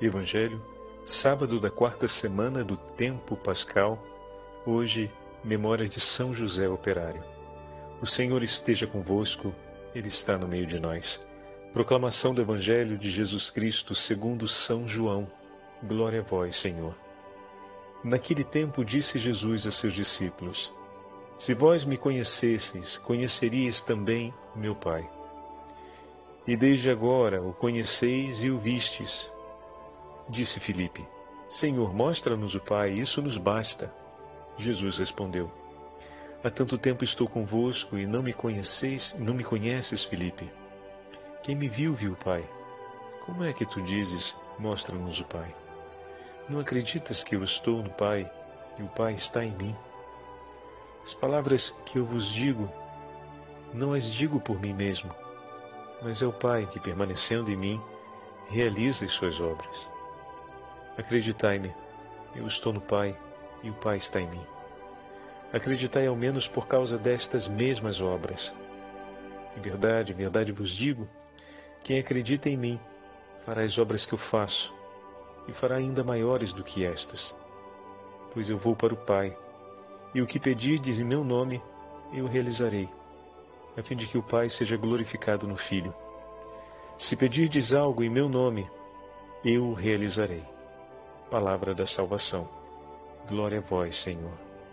Evangelho, sábado da quarta semana do tempo pascal, hoje, memória de São José Operário. O Senhor esteja convosco, Ele está no meio de nós. Proclamação do Evangelho de Jesus Cristo segundo São João. Glória a vós, Senhor. Naquele tempo disse Jesus a seus discípulos: Se vós me conhecesseis, conheceríeis também meu Pai. E desde agora o conheceis e o vistes. Disse Filipe: Senhor, mostra-nos o Pai, isso nos basta. Jesus respondeu: Há tanto tempo estou convosco e não me conheces, Filipe. Quem me viu, viu o Pai. Como é que tu dizes, mostra-nos o Pai? Não acreditas que eu estou no Pai e o Pai está em mim? As palavras que eu vos digo, não as digo por mim mesmo, mas é o Pai que, permanecendo em mim, realiza as suas obras. Acreditai-me, eu estou no Pai e o Pai está em mim. Acreditai ao menos por causa destas mesmas obras. Em verdade vos digo, quem acredita em mim fará as obras que eu faço e fará ainda maiores do que estas. Pois eu vou para o Pai, e o que pedirdes em meu nome, eu realizarei, a fim de que o Pai seja glorificado no Filho. Se pedirdes algo em meu nome, eu o realizarei. Palavra da salvação. Glória a vós, Senhor.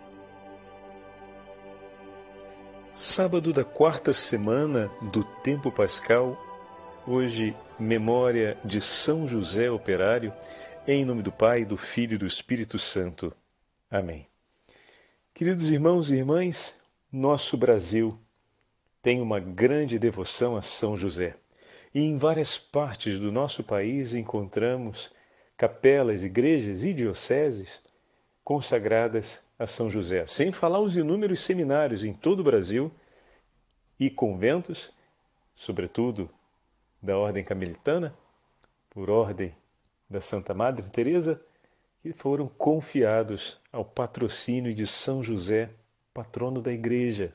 Sábado da quarta semana do tempo pascal, hoje, memória de São José Operário, em nome do Pai, do Filho e do Espírito Santo. Amém. Queridos irmãos e irmãs, nosso Brasil tem uma grande devoção a São José. E em várias partes do nosso país encontramos capelas, igrejas e dioceses consagradas a São José, sem falar os inúmeros seminários em todo o Brasil e conventos, sobretudo da Ordem Carmelitana, por ordem da Santa Madre Teresa, que foram confiados ao patrocínio de São José, patrono da Igreja.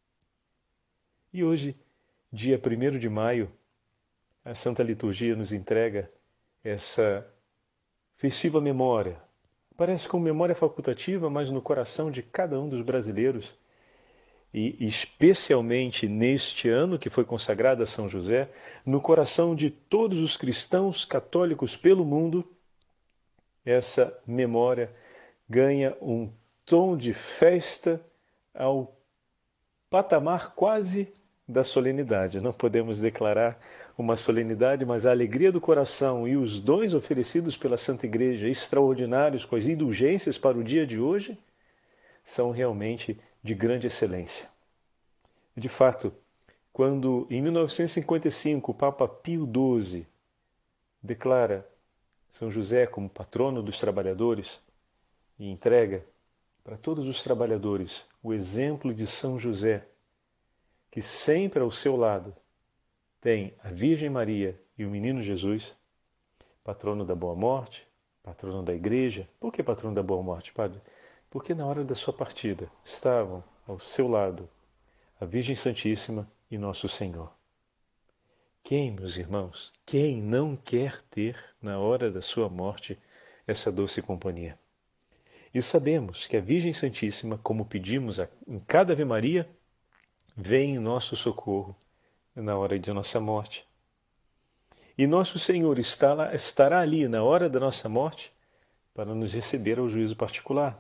E hoje, dia 1º de maio, a Santa Liturgia nos entrega essa festiva memória. Parece como memória facultativa, mas no coração de cada um dos brasileiros, e especialmente neste ano que foi consagrado a São José, no coração de todos os cristãos católicos pelo mundo, essa memória ganha um tom de festa ao patamar quase da solenidade. Não podemos declarar uma solenidade, mas a alegria do coração e os dons oferecidos pela Santa Igreja, extraordinários com as indulgências para o dia de hoje, são realmente de grande excelência. De fato, quando em 1955 o Papa Pio XII declara São José como patrono dos trabalhadores e entrega para todos os trabalhadores o exemplo de São José, que sempre ao seu lado tem a Virgem Maria e o Menino Jesus, patrono da Boa Morte, patrono da Igreja. Por que patrono da Boa Morte, Padre? Porque na hora da sua partida estavam ao seu lado a Virgem Santíssima e Nosso Senhor. Quem, meus irmãos, quem não quer ter na hora da sua morte essa doce companhia? E sabemos que a Virgem Santíssima, como pedimos em cada Ave Maria, vem em nosso socorro na hora de nossa morte. E nosso Senhor estará ali na hora da nossa morte para nos receber ao juízo particular.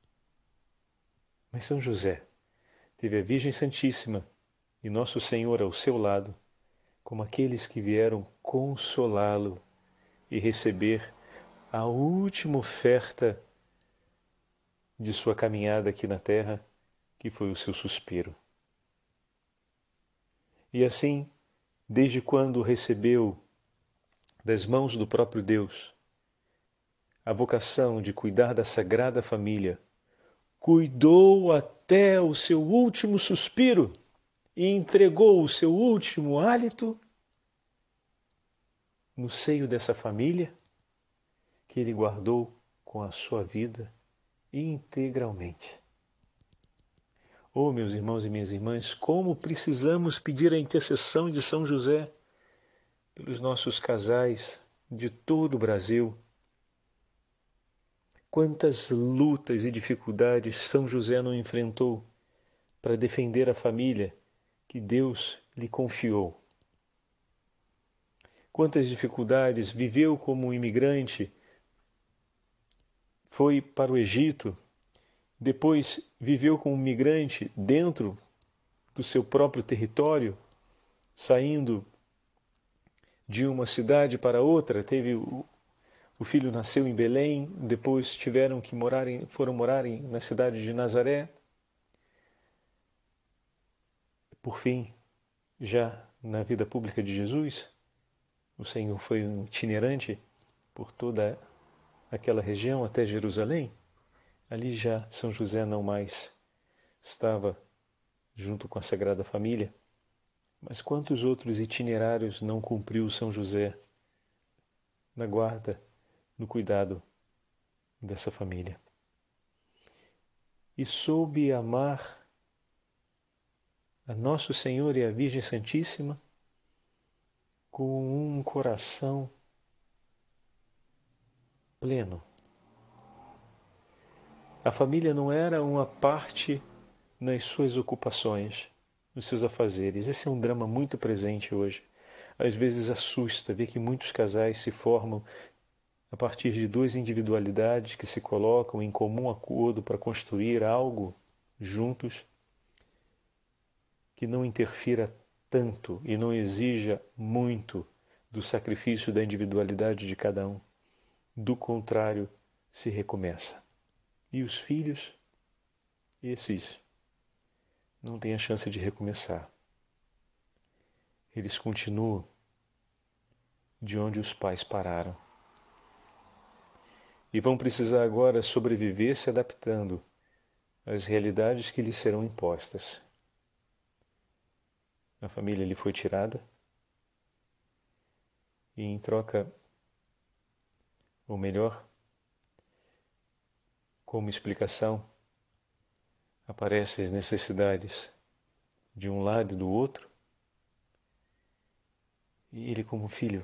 Mas São José teve a Virgem Santíssima e nosso Senhor ao seu lado, como aqueles que vieram consolá-lo e receber a última oferta de sua caminhada aqui na terra, que foi o seu suspiro. E assim, desde quando recebeu das mãos do próprio Deus a vocação de cuidar da Sagrada Família, cuidou até o seu último suspiro e entregou o seu último hálito no seio dessa família que ele guardou com a sua vida integralmente. Oh, meus irmãos e minhas irmãs, como precisamos pedir a intercessão de São José pelos nossos casais de todo o Brasil. Quantas lutas e dificuldades São José não enfrentou para defender a família que Deus lhe confiou. Quantas dificuldades viveu como um imigrante, foi para o Egito, depois viveu como um migrante dentro do seu próprio território, saindo de uma cidade para outra. O filho nasceu em Belém, depois foram morar na cidade de Nazaré. Por fim, já na vida pública de Jesus, o Senhor foi um itinerante por toda aquela região até Jerusalém. Ali já São José não mais estava junto com a Sagrada Família. Mas quantos outros itinerários não cumpriu São José na guarda, no cuidado dessa família? E soube amar a Nosso Senhor e a Virgem Santíssima com um coração pleno. A família não era uma parte nas suas ocupações, nos seus afazeres. Esse é um drama muito presente hoje. Às vezes assusta ver que muitos casais se formam a partir de duas individualidades que se colocam em comum acordo para construir algo juntos, que não interfira tanto e não exija muito do sacrifício da individualidade de cada um. Do contrário, se recomeça. E os filhos, esses, não têm a chance de recomeçar. Eles continuam de onde os pais pararam. E vão precisar agora sobreviver se adaptando às realidades que lhes serão impostas. A família lhe foi tirada e, em troca, ou melhor, como explicação, aparecem as necessidades de um lado e do outro, e ele, como filho,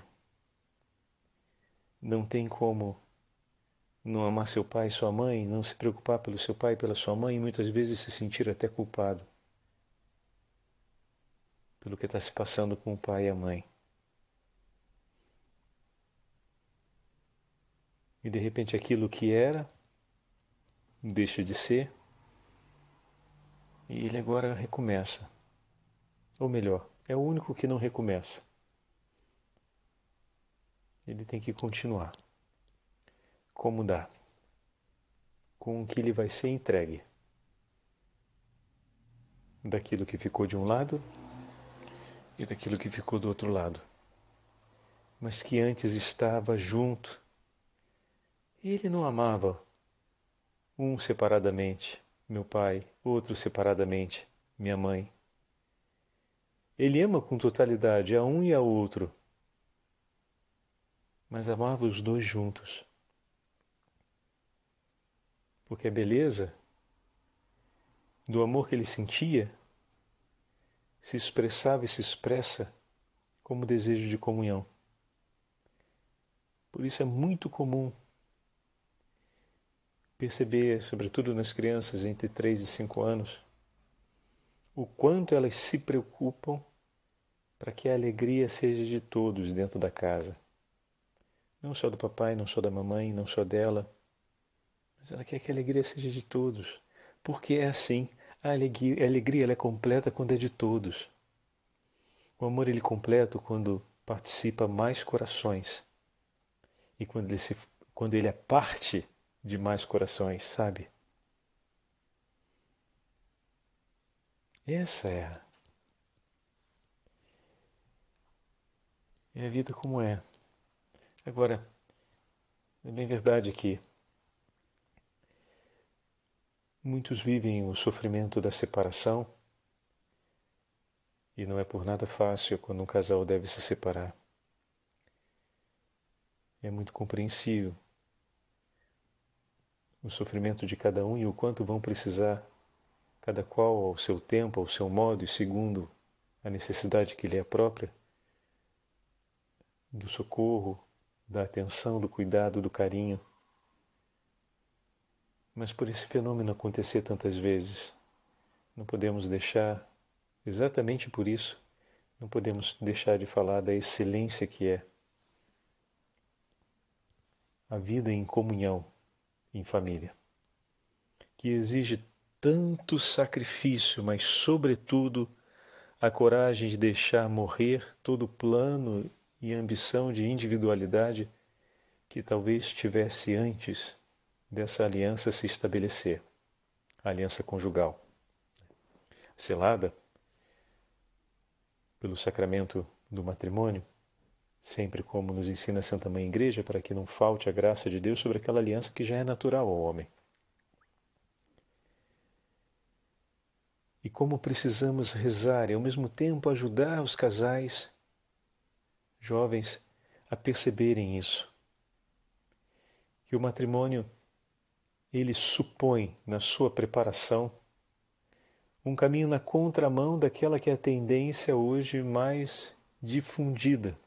não tem como não amar seu pai e sua mãe, não se preocupar pelo seu pai e pela sua mãe, e muitas vezes se sentir até culpado pelo que está se passando com o pai e a mãe. E de repente aquilo que era deixa de ser, e ele agora recomeça. Ou melhor, é o único que não recomeça. Ele tem que continuar. Como dá? Com o que lhe vai ser entregue. Daquilo que ficou de um lado e daquilo que ficou do outro lado. Mas que antes estava junto. Ele não amava um separadamente, meu pai, outro separadamente, minha mãe. Ele ama com totalidade a um e ao outro, mas amava os dois juntos. Porque a beleza do amor que ele sentia se expressava e se expressa como desejo de comunhão. Por isso é muito comum perceber, sobretudo nas crianças entre 3 e 5 anos, o quanto elas se preocupam para que a alegria seja de todos dentro da casa. Não só do papai, não só da mamãe, não só dela, mas ela quer que a alegria seja de todos. Porque é assim, a alegria ela é completa quando é de todos. O amor ele é completo quando participa mais corações. E quando ele é parte de mais corações, sabe? Essa é a vida como é. Agora, é bem verdade que muitos vivem o sofrimento da separação e não é por nada fácil quando um casal deve se separar. É muito compreensível o sofrimento de cada um e o quanto vão precisar, cada qual ao seu tempo, ao seu modo e segundo a necessidade que lhe é própria, do socorro, da atenção, do cuidado, do carinho. Mas por esse fenômeno acontecer tantas vezes, não podemos deixar, exatamente por isso, não podemos deixar de falar da excelência que é a vida em comunhão, em família, que exige tanto sacrifício, mas sobretudo a coragem de deixar morrer todo plano e ambição de individualidade que talvez tivesse antes dessa aliança se estabelecer, a aliança conjugal, selada pelo sacramento do matrimônio, sempre como nos ensina a Santa Mãe Igreja, para que não falte a graça de Deus sobre aquela aliança que já é natural ao homem. E como precisamos rezar e ao mesmo tempo ajudar os casais jovens a perceberem isso. Que o matrimônio, ele supõe na sua preparação um caminho na contramão daquela que é a tendência hoje mais difundida,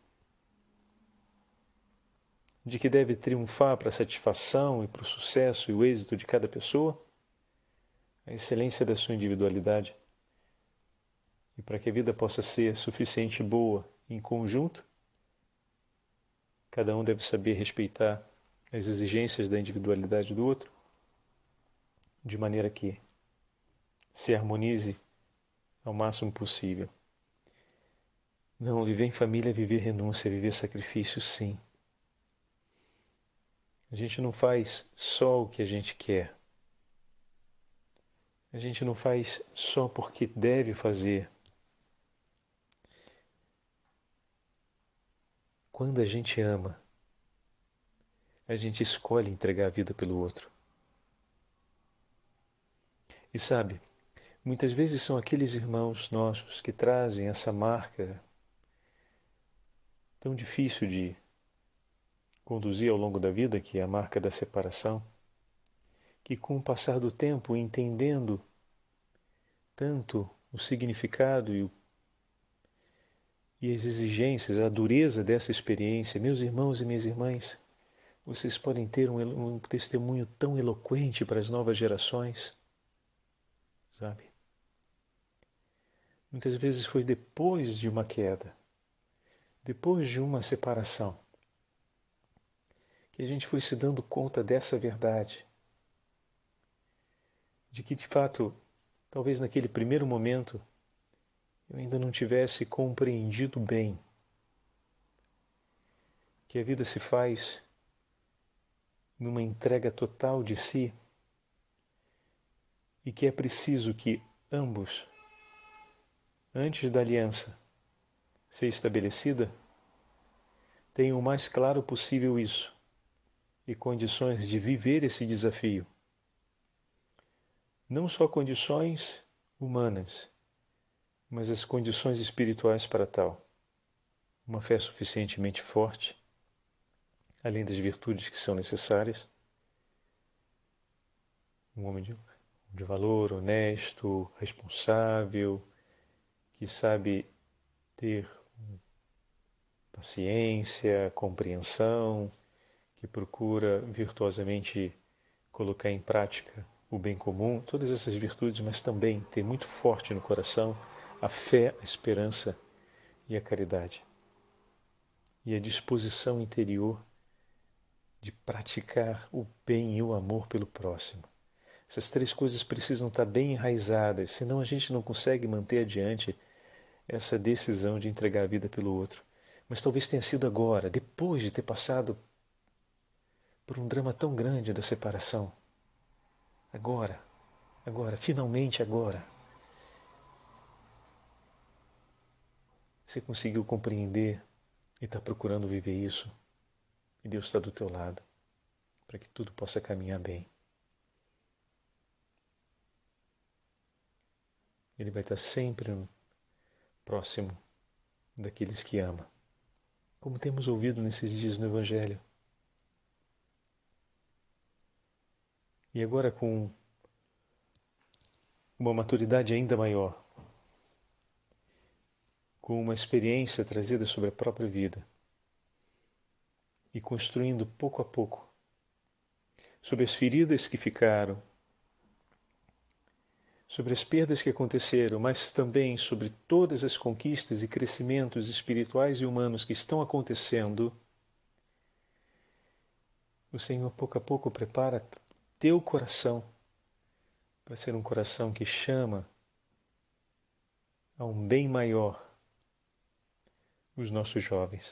de que deve triunfar para a satisfação e para o sucesso e o êxito de cada pessoa, a excelência da sua individualidade. E para que a vida possa ser suficiente boa em conjunto, cada um deve saber respeitar as exigências da individualidade do outro, de maneira que se harmonize ao máximo possível. Não, viver em família é viver renúncia, é viver sacrifício, sim. A gente não faz só o que a gente quer. A gente não faz só porque deve fazer. Quando a gente ama, a gente escolhe entregar a vida pelo outro. E sabe, muitas vezes são aqueles irmãos nossos que trazem essa marca tão difícil de conduzir ao longo da vida, que é a marca da separação, que com o passar do tempo, entendendo tanto o significado e as exigências, a dureza dessa experiência, meus irmãos e minhas irmãs, vocês podem ter um testemunho tão eloquente para as novas gerações, sabe? Muitas vezes foi depois de uma queda, depois de uma separação, que a gente foi se dando conta dessa verdade, de que de fato, talvez naquele primeiro momento, eu ainda não tivesse compreendido bem que a vida se faz numa entrega total de si e que é preciso que ambos, antes da aliança ser estabelecida, tenham o mais claro possível isso e condições de viver esse desafio. Não só condições humanas, mas as condições espirituais para tal. Uma fé suficientemente forte, além das virtudes que são necessárias. Um homem de valor, honesto, responsável, que sabe ter paciência, compreensão, que procura virtuosamente colocar em prática o bem comum, todas essas virtudes, mas também ter muito forte no coração a fé, a esperança e a caridade. E a disposição interior de praticar o bem e o amor pelo próximo. Essas três coisas precisam estar bem enraizadas, senão a gente não consegue manter adiante essa decisão de entregar a vida pelo outro. Mas talvez tenha sido agora, depois de ter passado por um drama tão grande da separação. Agora, finalmente agora. Você conseguiu compreender e está procurando viver isso. E Deus está do teu lado, para que tudo possa caminhar bem. Ele vai estar sempre próximo daqueles que ama. Como temos ouvido nesses dias no Evangelho. E agora com uma maturidade ainda maior, com uma experiência trazida sobre a própria vida, e construindo pouco a pouco sobre as feridas que ficaram, sobre as perdas que aconteceram, mas também sobre todas as conquistas e crescimentos espirituais e humanos que estão acontecendo, o Senhor pouco a pouco prepara teu coração para ser um coração que chama a um bem maior os nossos jovens.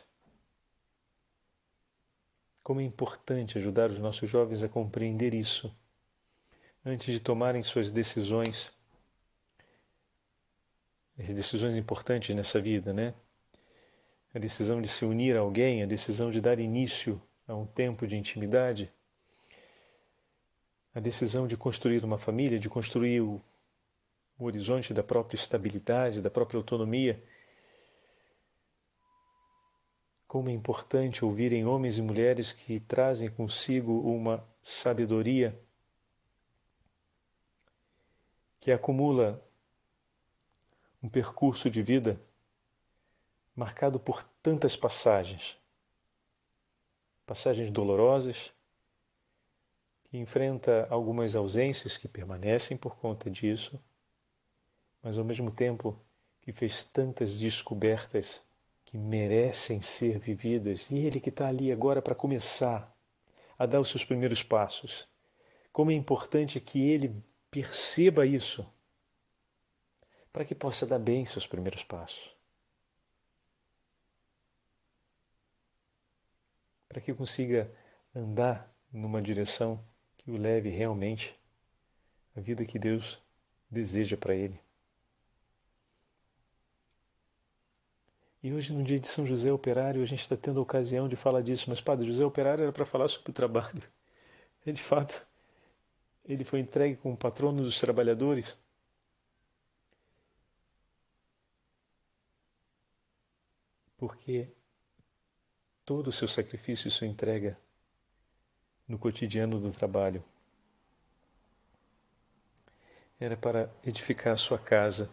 Como é importante ajudar os nossos jovens a compreender isso antes de tomarem suas decisões, as decisões importantes nessa vida, né? A decisão de se unir a alguém, a decisão de dar início a um tempo de intimidade, a decisão de construir uma família, de construir o horizonte da própria estabilidade, da própria autonomia. Como é importante ouvirem homens e mulheres que trazem consigo uma sabedoria que acumula um percurso de vida marcado por tantas passagens, passagens dolorosas, que enfrenta algumas ausências que permanecem por conta disso, mas ao mesmo tempo que fez tantas descobertas que merecem ser vividas, e ele que está ali agora para começar a dar os seus primeiros passos. Como é importante que ele perceba isso, para que possa dar bem seus primeiros passos. Para que consiga andar numa direção que o leve realmente à vida que Deus deseja para ele. E hoje, no dia de São José Operário, a gente está tendo a ocasião de falar disso. Mas, Padre, José Operário era para falar sobre o trabalho. E, de fato, ele foi entregue como patrono dos trabalhadores. Porque todo o seu sacrifício e sua entrega no cotidiano do trabalho era para edificar a sua casa.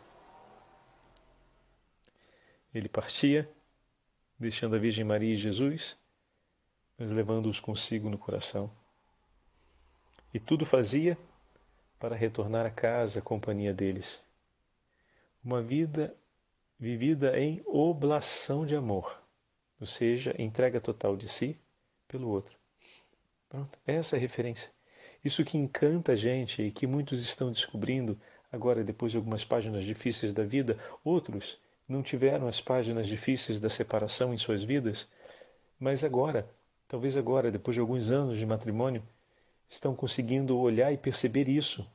Ele partia, deixando a Virgem Maria e Jesus, mas levando-os consigo no coração. E tudo fazia para retornar a casa, à companhia deles. Uma vida vivida em oblação de amor, ou seja, entrega total de si pelo outro. Pronto, essa é a referência. Isso que encanta a gente e que muitos estão descobrindo agora, depois de algumas páginas difíceis da vida. Outros não tiveram as páginas difíceis da separação em suas vidas, mas agora, talvez agora, depois de alguns anos de matrimônio, estão conseguindo olhar e perceber isso.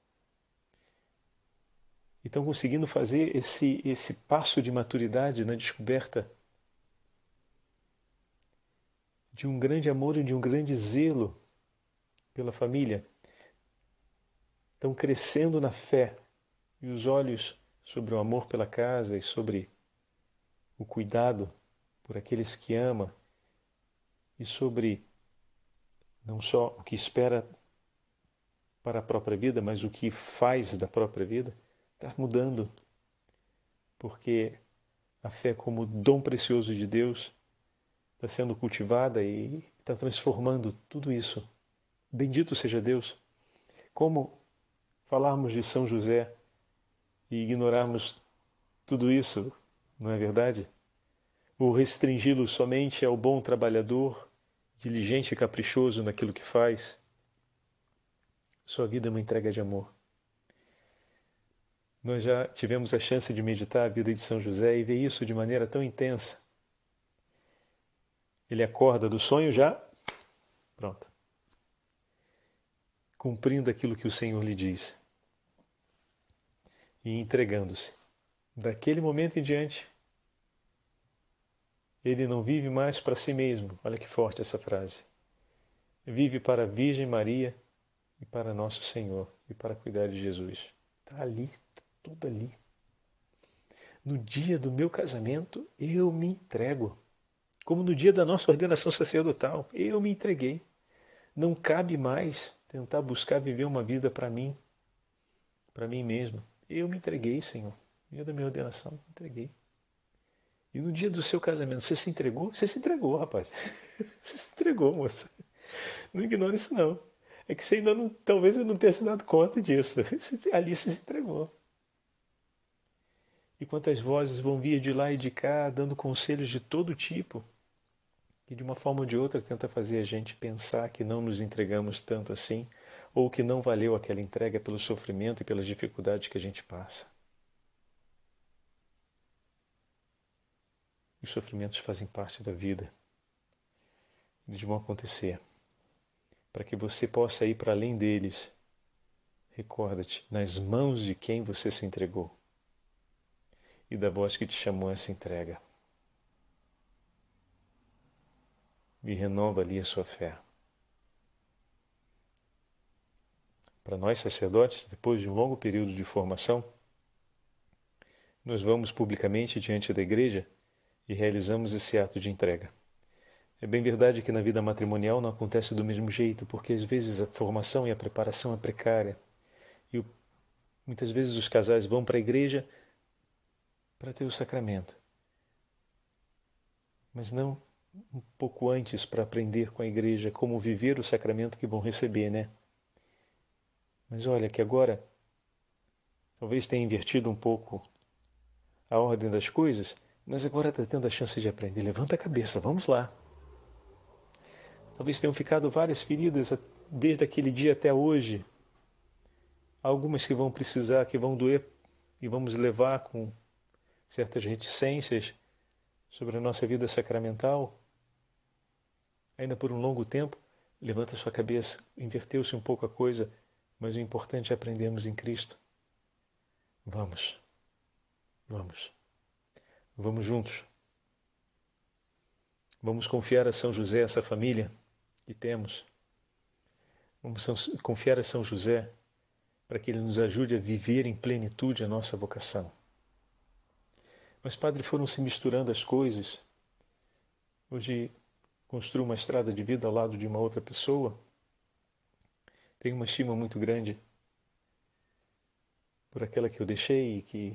E estão conseguindo fazer esse passo de maturidade na descoberta de um grande amor e de um grande zelo pela família. Estão crescendo na fé e os olhos sobre o amor pela casa e sobre o cuidado por aqueles que ama e sobre não só o que espera para a própria vida, mas o que faz da própria vida, está mudando. Porque a fé como dom precioso de Deus está sendo cultivada e está transformando tudo isso. Bendito seja Deus. Como falarmos de São José e ignorarmos tudo isso, não é verdade? Ou restringi-lo somente ao bom trabalhador, diligente e caprichoso naquilo que faz. Sua vida é uma entrega de amor. Nós já tivemos a chance de meditar a vida de São José e ver isso de maneira tão intensa. Ele acorda do sonho já, pronto, cumprindo aquilo que o Senhor lhe diz e entregando-se. Daquele momento em diante, ele não vive mais para si mesmo. Olha que forte essa frase. Vive para a Virgem Maria e para nosso Senhor e para cuidar de Jesus. Está ali, está tudo ali. No dia do meu casamento, eu me entrego. Como no dia da nossa ordenação sacerdotal, eu me entreguei. Não cabe mais tentar buscar viver uma vida para mim mesmo. Eu me entreguei, Senhor. No dia da minha ordenação, me entreguei. E no dia do seu casamento, você se entregou? Você se entregou, rapaz. entregou, moça. Não ignore isso não. É que você ainda não, talvez eu não tenha se dado conta disso. Ali você se entregou. E quantas vozes vão vir de lá e de cá, dando conselhos de todo tipo, que de uma forma ou de outra tenta fazer a gente pensar que não nos entregamos tanto assim, ou que não valeu aquela entrega pelo sofrimento e pelas dificuldades que a gente passa. Os sofrimentos fazem parte da vida. Eles vão acontecer. Para que você possa ir para além deles, recorda-te, nas mãos de quem você se entregou e da voz que te chamou a essa entrega. E renova ali a sua fé. Para nós sacerdotes, depois de um longo período de formação, nós vamos publicamente diante da igreja e realizamos esse ato de entrega. É bem verdade que na vida matrimonial não acontece do mesmo jeito, porque às vezes a formação e a preparação é precária. E muitas vezes os casais vão para a igreja para ter o sacramento, mas não um pouco antes para aprender com a igreja como viver o sacramento que vão receber, né? Mas olha que agora talvez tenha invertido um pouco a ordem das coisas, mas agora está tendo a chance de aprender. Levanta a cabeça, vamos lá. Talvez tenham ficado várias feridas desde aquele dia até hoje. Algumas que vão precisar, que vão doer e vamos levar com certas reticências sobre a nossa vida sacramental, ainda por um longo tempo. Levanta sua cabeça, inverteu-se um pouco a coisa, mas o importante é aprendermos em Cristo. Vamos, vamos, vamos juntos. Vamos confiar a São José essa família que temos. Vamos confiar a São José para que ele nos ajude a viver em plenitude a nossa vocação. Mas, padre, foram se misturando as coisas. Hoje construo uma estrada de vida ao lado de uma outra pessoa. Tenho uma estima muito grande por aquela que eu deixei e que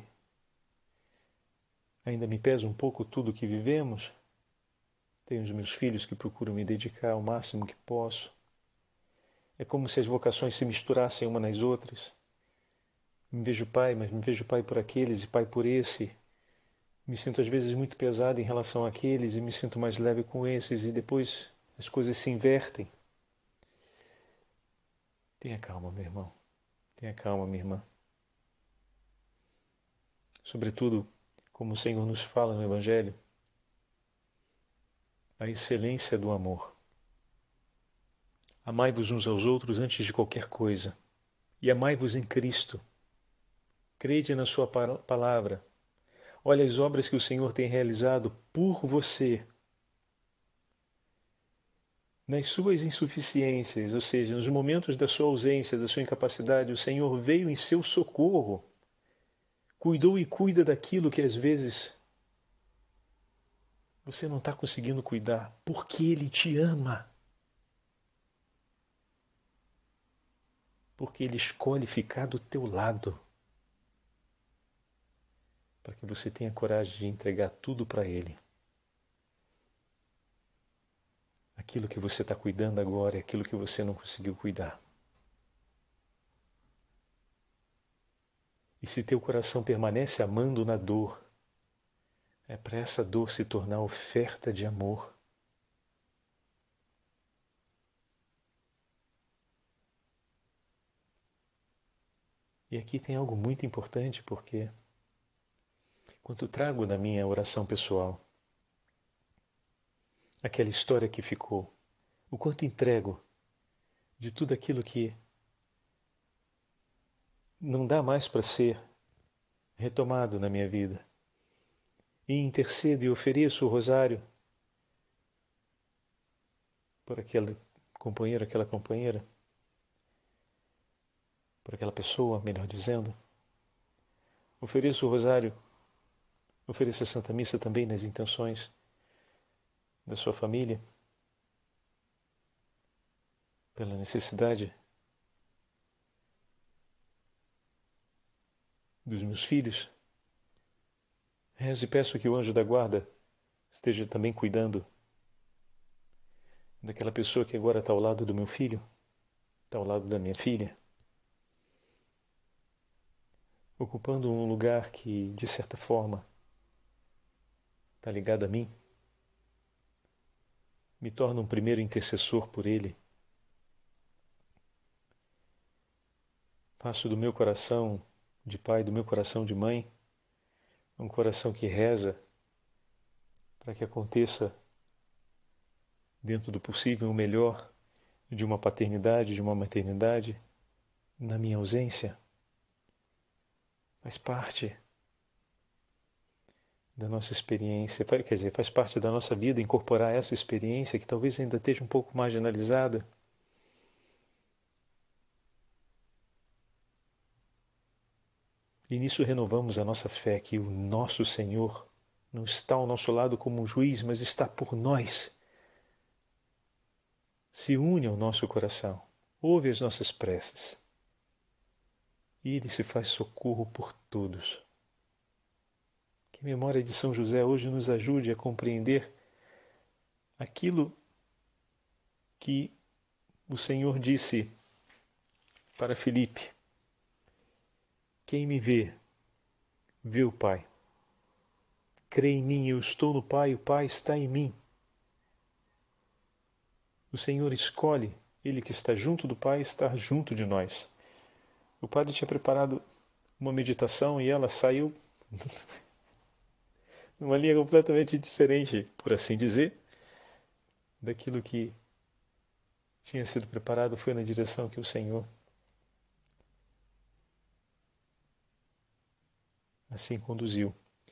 ainda me pesa um pouco tudo o que vivemos. Tenho os meus filhos que procuram me dedicar ao máximo que posso. É como se as vocações se misturassem uma nas outras. Me vejo pai, mas me vejo pai por aqueles e pai por esse. Me sinto às vezes muito pesado em relação àqueles e me sinto mais leve com esses e depois as coisas se invertem. Tenha calma, meu irmão. Tenha calma, minha irmã. Sobretudo, como o Senhor nos fala no Evangelho, a excelência do amor. Amai-vos uns aos outros antes de qualquer coisa. E amai-vos em Cristo. Crede na sua palavra. Olha as obras que o Senhor tem realizado por você. Nas suas insuficiências, ou seja, nos momentos da sua ausência, da sua incapacidade, o Senhor veio em seu socorro. Cuidou e cuida daquilo que às vezes você não está conseguindo cuidar, porque Ele te ama. Porque Ele escolhe ficar do teu lado. Para que você tenha coragem de entregar tudo para Ele. Aquilo que você está cuidando agora é aquilo que você não conseguiu cuidar. E se teu coração permanece amando na dor, é para essa dor se tornar oferta de amor. E aqui tem algo muito importante, porque quando trago na minha oração pessoal aquela história que ficou, o quanto entrego de tudo aquilo que não dá mais para ser retomado na minha vida. E intercedo e ofereço o rosário por aquele companheiro, aquela companheira, por aquela pessoa, melhor dizendo. Ofereço o rosário, ofereço a Santa Missa também nas intenções da sua família, pela necessidade dos meus filhos. Rezo e peço que o anjo da guarda esteja também cuidando daquela pessoa que agora está ao lado do meu filho, está ao lado da minha filha, ocupando um lugar que, de certa forma, está ligado a mim, me torna um primeiro intercessor por ele. Faço do meu coração de pai, do meu coração de mãe, um coração que reza para que aconteça, dentro do possível, o melhor de uma paternidade, de uma maternidade, na minha ausência. Faz parte da nossa experiência, quer dizer, faz parte da nossa vida incorporar essa experiência que talvez ainda esteja um pouco marginalizada. E nisso renovamos a nossa fé que o nosso Senhor não está ao nosso lado como um juiz, mas está por nós. Se une ao nosso coração, ouve as nossas preces. E Ele se faz socorro por todos. Que a memória de São José hoje nos ajude a compreender aquilo que o Senhor disse para Filipe: quem me vê, vê o Pai. Crê em mim, eu estou no Pai, o Pai está em mim. O Senhor escolhe, Ele que está junto do Pai, estar junto de nós. O padre tinha preparado uma meditação e ela saiu numa linha completamente diferente, por assim dizer, daquilo que tinha sido preparado. Foi na direção que o Senhor assim conduziu.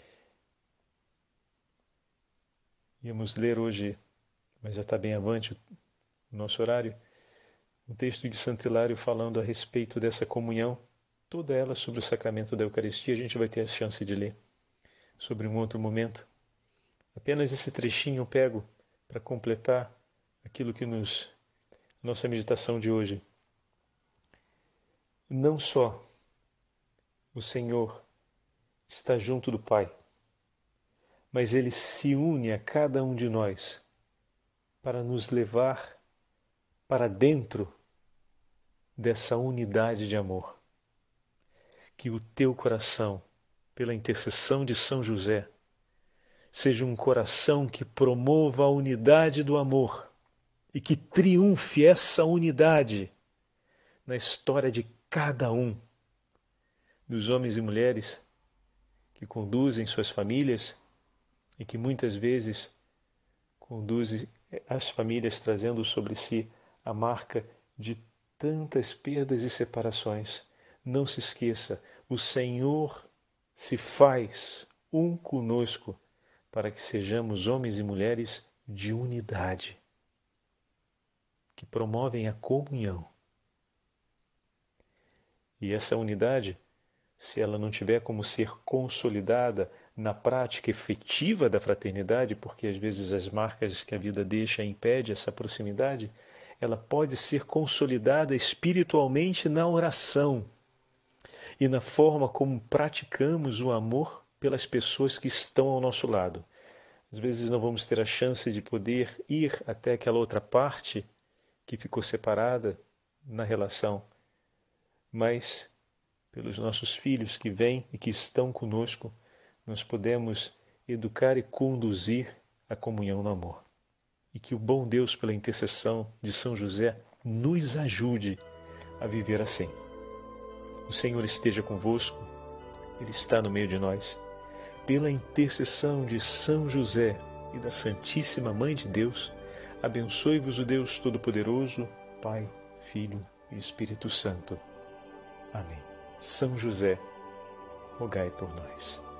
Íamos ler hoje, mas já está bem avante o nosso horário, um texto de Santo Hilário falando a respeito dessa comunhão, toda ela sobre o sacramento da Eucaristia. A gente vai ter a chance de ler sobre um outro momento. Apenas esse trechinho eu pego para completar aquilo que nossa meditação de hoje. Não só o Senhor está junto do Pai, mas Ele se une a cada um de nós para nos levar para dentro dessa unidade de amor. Que o teu coração, pela intercessão de São José, seja um coração que promova a unidade do amor e que triunfe essa unidade na história de cada um dos homens e mulheres que conduzem suas famílias e que muitas vezes conduzem as famílias trazendo sobre si a marca de tantas perdas e separações. Não se esqueça, o Senhor se faz um conosco para que sejamos homens e mulheres de unidade, que promovem a comunhão. E essa unidade, se ela não tiver como ser consolidada na prática efetiva da fraternidade, porque às vezes as marcas que a vida deixa impedem essa proximidade, ela pode ser consolidada espiritualmente na oração e na forma como praticamos o amor pelas pessoas que estão ao nosso lado. Às vezes não vamos ter a chance de poder ir até aquela outra parte que ficou separada na relação, mas pelos nossos filhos que vêm e que estão conosco, nós podemos educar e conduzir a comunhão no amor. E que o bom Deus, pela intercessão de São José, nos ajude a viver assim. O Senhor esteja convosco, Ele está no meio de nós. Pela intercessão de São José e da Santíssima Mãe de Deus, abençoe-vos o Deus Todo-Poderoso, Pai, Filho e Espírito Santo. Amém. São José, rogai por nós.